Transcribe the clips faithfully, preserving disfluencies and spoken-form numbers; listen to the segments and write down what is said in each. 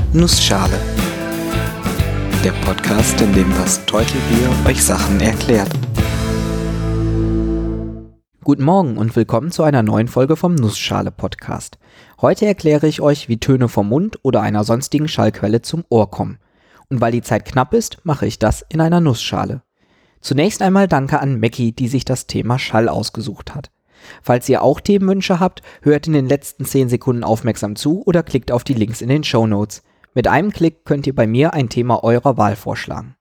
Nussschale. Der Podcast, in dem das Teutelbier euch Sachen erklärt. Guten Morgen und willkommen zu einer neuen Folge vom Nussschale-Podcast. Heute erkläre ich euch, wie Töne vom Mund oder einer sonstigen Schallquelle zum Ohr kommen. Und weil die Zeit knapp ist, mache ich das in einer Nussschale. Zunächst einmal danke an Mackie, die sich das Thema Schall ausgesucht hat. Falls ihr auch Themenwünsche habt, hört in den letzten zehn Sekunden aufmerksam zu oder klickt auf die Links in den Shownotes. Mit einem Klick könnt ihr bei mir ein Thema eurer Wahl vorschlagen.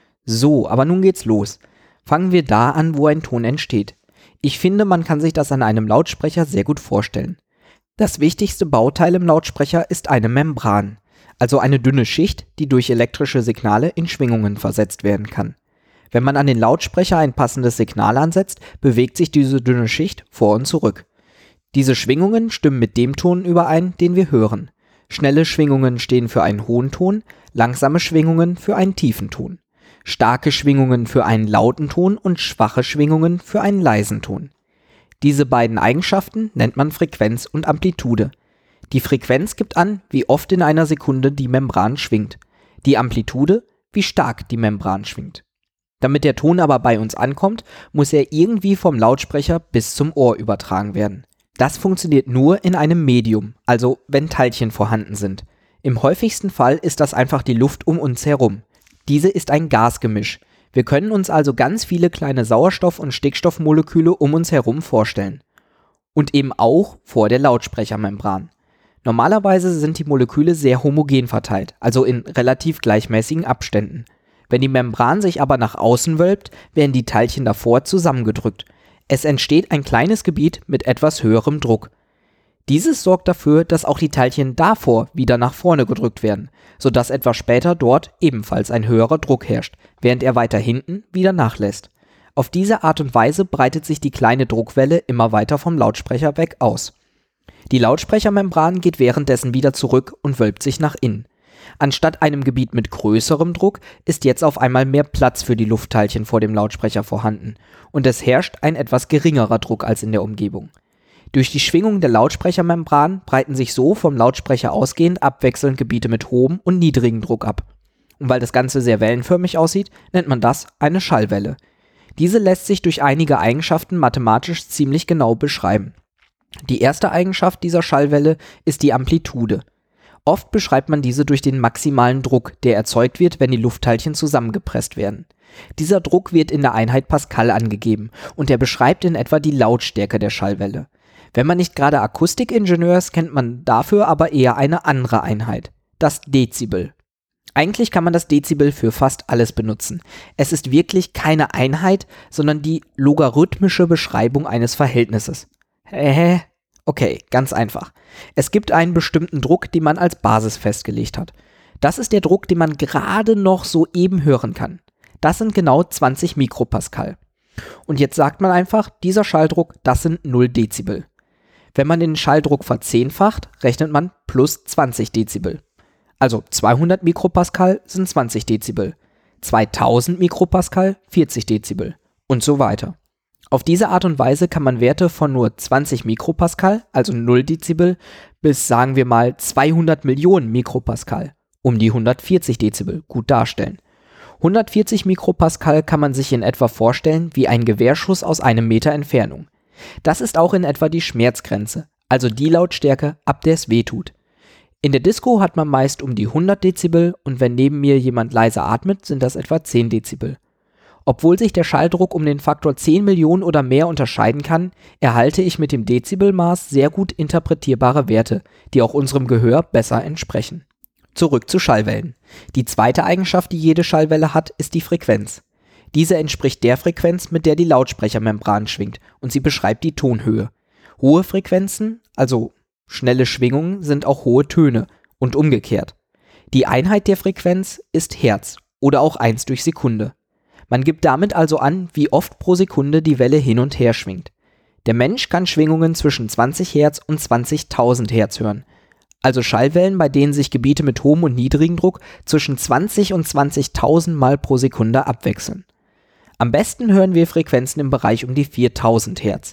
So, aber nun geht's los. Fangen wir da an, wo ein Ton entsteht. Ich finde, man kann sich das an einem Lautsprecher sehr gut vorstellen. Das wichtigste Bauteil im Lautsprecher ist eine Membran, also eine dünne Schicht, die durch elektrische Signale in Schwingungen versetzt werden kann. Wenn man an den Lautsprecher ein passendes Signal ansetzt, bewegt sich diese dünne Schicht vor und zurück. Diese Schwingungen stimmen mit dem Ton überein, den wir hören. Schnelle Schwingungen stehen für einen hohen Ton, langsame Schwingungen für einen tiefen Ton. Starke Schwingungen für einen lauten Ton und schwache Schwingungen für einen leisen Ton. Diese beiden Eigenschaften nennt man Frequenz und Amplitude. Die Frequenz gibt an, wie oft in einer Sekunde die Membran schwingt. Die Amplitude, wie stark die Membran schwingt. Damit der Ton aber bei uns ankommt, muss er irgendwie vom Lautsprecher bis zum Ohr übertragen werden. Das funktioniert nur in einem Medium, also wenn Teilchen vorhanden sind. Im häufigsten Fall ist das einfach die Luft um uns herum. Diese ist ein Gasgemisch. Wir können uns also ganz viele kleine Sauerstoff- und Stickstoffmoleküle um uns herum vorstellen. Und eben auch vor der Lautsprechermembran. Normalerweise sind die Moleküle sehr homogen verteilt, also in relativ gleichmäßigen Abständen. Wenn die Membran sich aber nach außen wölbt, werden die Teilchen davor zusammengedrückt. Es entsteht ein kleines Gebiet mit etwas höherem Druck. Dieses sorgt dafür, dass auch die Teilchen davor wieder nach vorne gedrückt werden, sodass etwas später dort ebenfalls ein höherer Druck herrscht, während er weiter hinten wieder nachlässt. Auf diese Art und Weise breitet sich die kleine Druckwelle immer weiter vom Lautsprecher weg aus. Die Lautsprechermembran geht währenddessen wieder zurück und wölbt sich nach innen. Anstatt einem Gebiet mit größerem Druck ist jetzt auf einmal mehr Platz für die Luftteilchen vor dem Lautsprecher vorhanden und es herrscht ein etwas geringerer Druck als in der Umgebung. Durch die Schwingung der Lautsprechermembran breiten sich so vom Lautsprecher ausgehend abwechselnd Gebiete mit hohem und niedrigem Druck ab. Und weil das Ganze sehr wellenförmig aussieht, nennt man das eine Schallwelle. Diese lässt sich durch einige Eigenschaften mathematisch ziemlich genau beschreiben. Die erste Eigenschaft dieser Schallwelle ist die Amplitude. Oft beschreibt man diese durch den maximalen Druck, der erzeugt wird, wenn die Luftteilchen zusammengepresst werden. Dieser Druck wird in der Einheit Pascal angegeben und er beschreibt in etwa die Lautstärke der Schallwelle. Wenn man nicht gerade Akustikingenieur ist, kennt man dafür aber eher eine andere Einheit, das Dezibel. Eigentlich kann man das Dezibel für fast alles benutzen. Es ist wirklich keine Einheit, sondern die logarithmische Beschreibung eines Verhältnisses. Hä? Okay, ganz einfach. Es gibt einen bestimmten Druck, den man als Basis festgelegt hat. Das ist der Druck, den man gerade noch so eben hören kann. Das sind genau zwanzig Mikropascal. Und jetzt sagt man einfach, dieser Schalldruck, das sind null Dezibel. Wenn man den Schalldruck verzehnfacht, rechnet man plus zwanzig Dezibel. Also zweihundert Mikropascal sind zwanzig Dezibel, zweitausend Mikropascal vierzig Dezibel und so weiter. Auf diese Art und Weise kann man Werte von nur zwanzig Mikropascal, also null Dezibel, bis sagen wir mal zweihundert Millionen Mikropascal, um die hundertvierzig Dezibel, gut darstellen. hundertvierzig Mikropascal kann man sich in etwa vorstellen wie ein Gewehrschuss aus einem Meter Entfernung. Das ist auch in etwa die Schmerzgrenze, also die Lautstärke, ab der es weh tut. In der Disco hat man meist um die hundert Dezibel und wenn neben mir jemand leise atmet, sind das etwa zehn Dezibel. Obwohl sich der Schalldruck um den Faktor zehn Millionen oder mehr unterscheiden kann, erhalte ich mit dem Dezibelmaß sehr gut interpretierbare Werte, die auch unserem Gehör besser entsprechen. Zurück zu Schallwellen. Die zweite Eigenschaft, die jede Schallwelle hat, ist die Frequenz. Diese entspricht der Frequenz, mit der die Lautsprechermembran schwingt und sie beschreibt die Tonhöhe. Hohe Frequenzen, also schnelle Schwingungen, sind auch hohe Töne und umgekehrt. Die Einheit der Frequenz ist Hertz oder auch eins durch Sekunde. Man gibt damit also an, wie oft pro Sekunde die Welle hin und her schwingt. Der Mensch kann Schwingungen zwischen zwanzig Hertz und zwanzigtausend Hertz hören. Also Schallwellen, bei denen sich Gebiete mit hohem und niedrigem Druck zwischen zwanzig und zwanzigtausend Mal pro Sekunde abwechseln. Am besten hören wir Frequenzen im Bereich um die viertausend Hertz.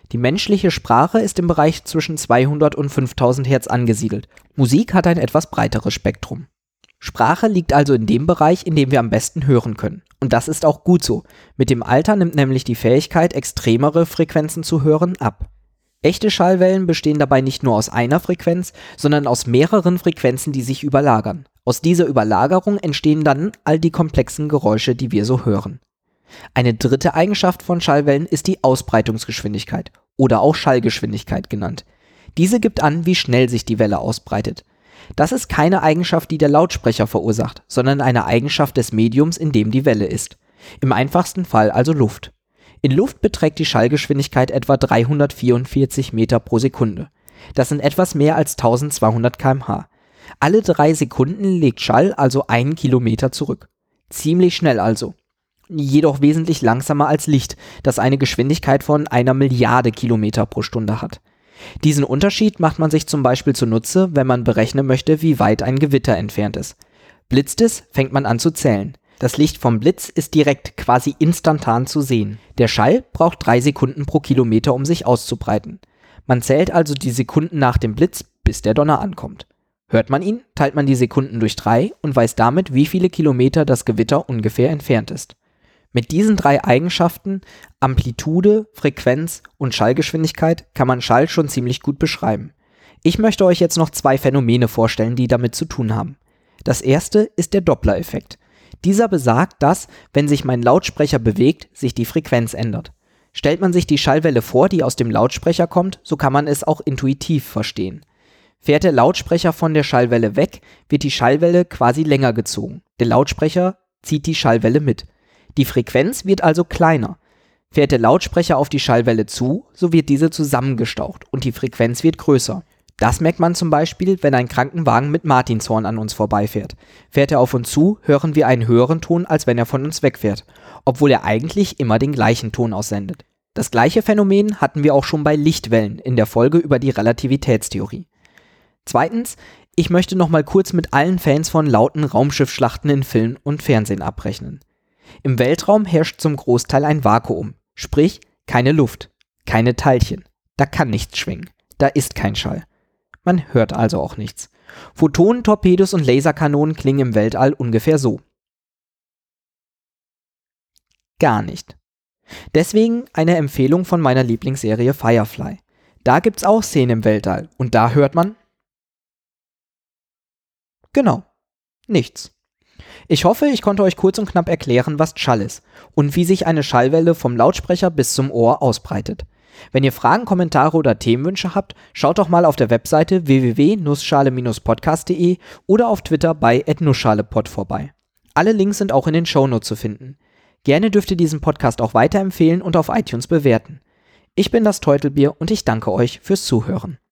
Die menschliche Sprache ist im Bereich zwischen zweihundert und fünftausend Hertz angesiedelt. Musik hat ein etwas breiteres Spektrum. Sprache liegt also in dem Bereich, in dem wir am besten hören können. Und das ist auch gut so. Mit dem Alter nimmt nämlich die Fähigkeit, extremere Frequenzen zu hören, ab. Echte Schallwellen bestehen dabei nicht nur aus einer Frequenz, sondern aus mehreren Frequenzen, die sich überlagern. Aus dieser Überlagerung entstehen dann all die komplexen Geräusche, die wir so hören. Eine dritte Eigenschaft von Schallwellen ist die Ausbreitungsgeschwindigkeit oder auch Schallgeschwindigkeit genannt. Diese gibt an, wie schnell sich die Welle ausbreitet. Das ist keine Eigenschaft, die der Lautsprecher verursacht, sondern eine Eigenschaft des Mediums, in dem die Welle ist. Im einfachsten Fall also Luft. In Luft beträgt die Schallgeschwindigkeit etwa dreihundertvierundvierzig Meter pro Sekunde. Das sind etwas mehr als eintausendzweihundert Kilometer pro Stunde. Alle drei Sekunden legt Schall also einen Kilometer zurück. Ziemlich schnell also. Jedoch wesentlich langsamer als Licht, das eine Geschwindigkeit von einer Milliarde Kilometer pro Stunde hat. Diesen Unterschied macht man sich zum Beispiel zunutze, wenn man berechnen möchte, wie weit ein Gewitter entfernt ist. Blitzt es, fängt man an zu zählen. Das Licht vom Blitz ist direkt, quasi instantan zu sehen. Der Schall braucht drei Sekunden pro Kilometer, um sich auszubreiten. Man zählt also die Sekunden nach dem Blitz, bis der Donner ankommt. Hört man ihn, teilt man die Sekunden durch drei und weiß damit, wie viele Kilometer das Gewitter ungefähr entfernt ist. Mit diesen drei Eigenschaften, Amplitude, Frequenz und Schallgeschwindigkeit, kann man Schall schon ziemlich gut beschreiben. Ich möchte euch jetzt noch zwei Phänomene vorstellen, die damit zu tun haben. Das erste ist der Doppler-Effekt. Dieser besagt, dass, wenn sich mein Lautsprecher bewegt, sich die Frequenz ändert. Stellt man sich die Schallwelle vor, die aus dem Lautsprecher kommt, so kann man es auch intuitiv verstehen. Fährt der Lautsprecher von der Schallwelle weg, wird die Schallwelle quasi länger gezogen. Der Lautsprecher zieht die Schallwelle mit. Die Frequenz wird also kleiner. Fährt der Lautsprecher auf die Schallwelle zu, so wird diese zusammengestaucht und die Frequenz wird größer. Das merkt man zum Beispiel, wenn ein Krankenwagen mit Martinshorn an uns vorbeifährt. Fährt er auf uns zu, hören wir einen höheren Ton, als wenn er von uns wegfährt, obwohl er eigentlich immer den gleichen Ton aussendet. Das gleiche Phänomen hatten wir auch schon bei Lichtwellen in der Folge über die Relativitätstheorie. Zweitens, ich möchte nochmal kurz mit allen Fans von lauten Raumschiffschlachten in Film und Fernsehen abrechnen. Im Weltraum herrscht zum Großteil ein Vakuum, sprich keine Luft, keine Teilchen. Da kann nichts schwingen, da ist kein Schall. Man hört also auch nichts. Photonen, Torpedos und Laserkanonen klingen im Weltall ungefähr so. Gar nicht. Deswegen eine Empfehlung von meiner Lieblingsserie Firefly. Da gibt's auch Szenen im Weltall und da hört man genau, nichts. Ich hoffe, ich konnte euch kurz und knapp erklären, was Schall ist und wie sich eine Schallwelle vom Lautsprecher bis zum Ohr ausbreitet. Wenn ihr Fragen, Kommentare oder Themenwünsche habt, schaut doch mal auf der Webseite w w w punkt nussschale Bindestrich podcast punkt de oder auf Twitter bei at nussschalepod vorbei. Alle Links sind auch in den Shownotes zu finden. Gerne dürft ihr diesen Podcast auch weiterempfehlen und auf iTunes bewerten. Ich bin das Teutelbier und ich danke euch fürs Zuhören.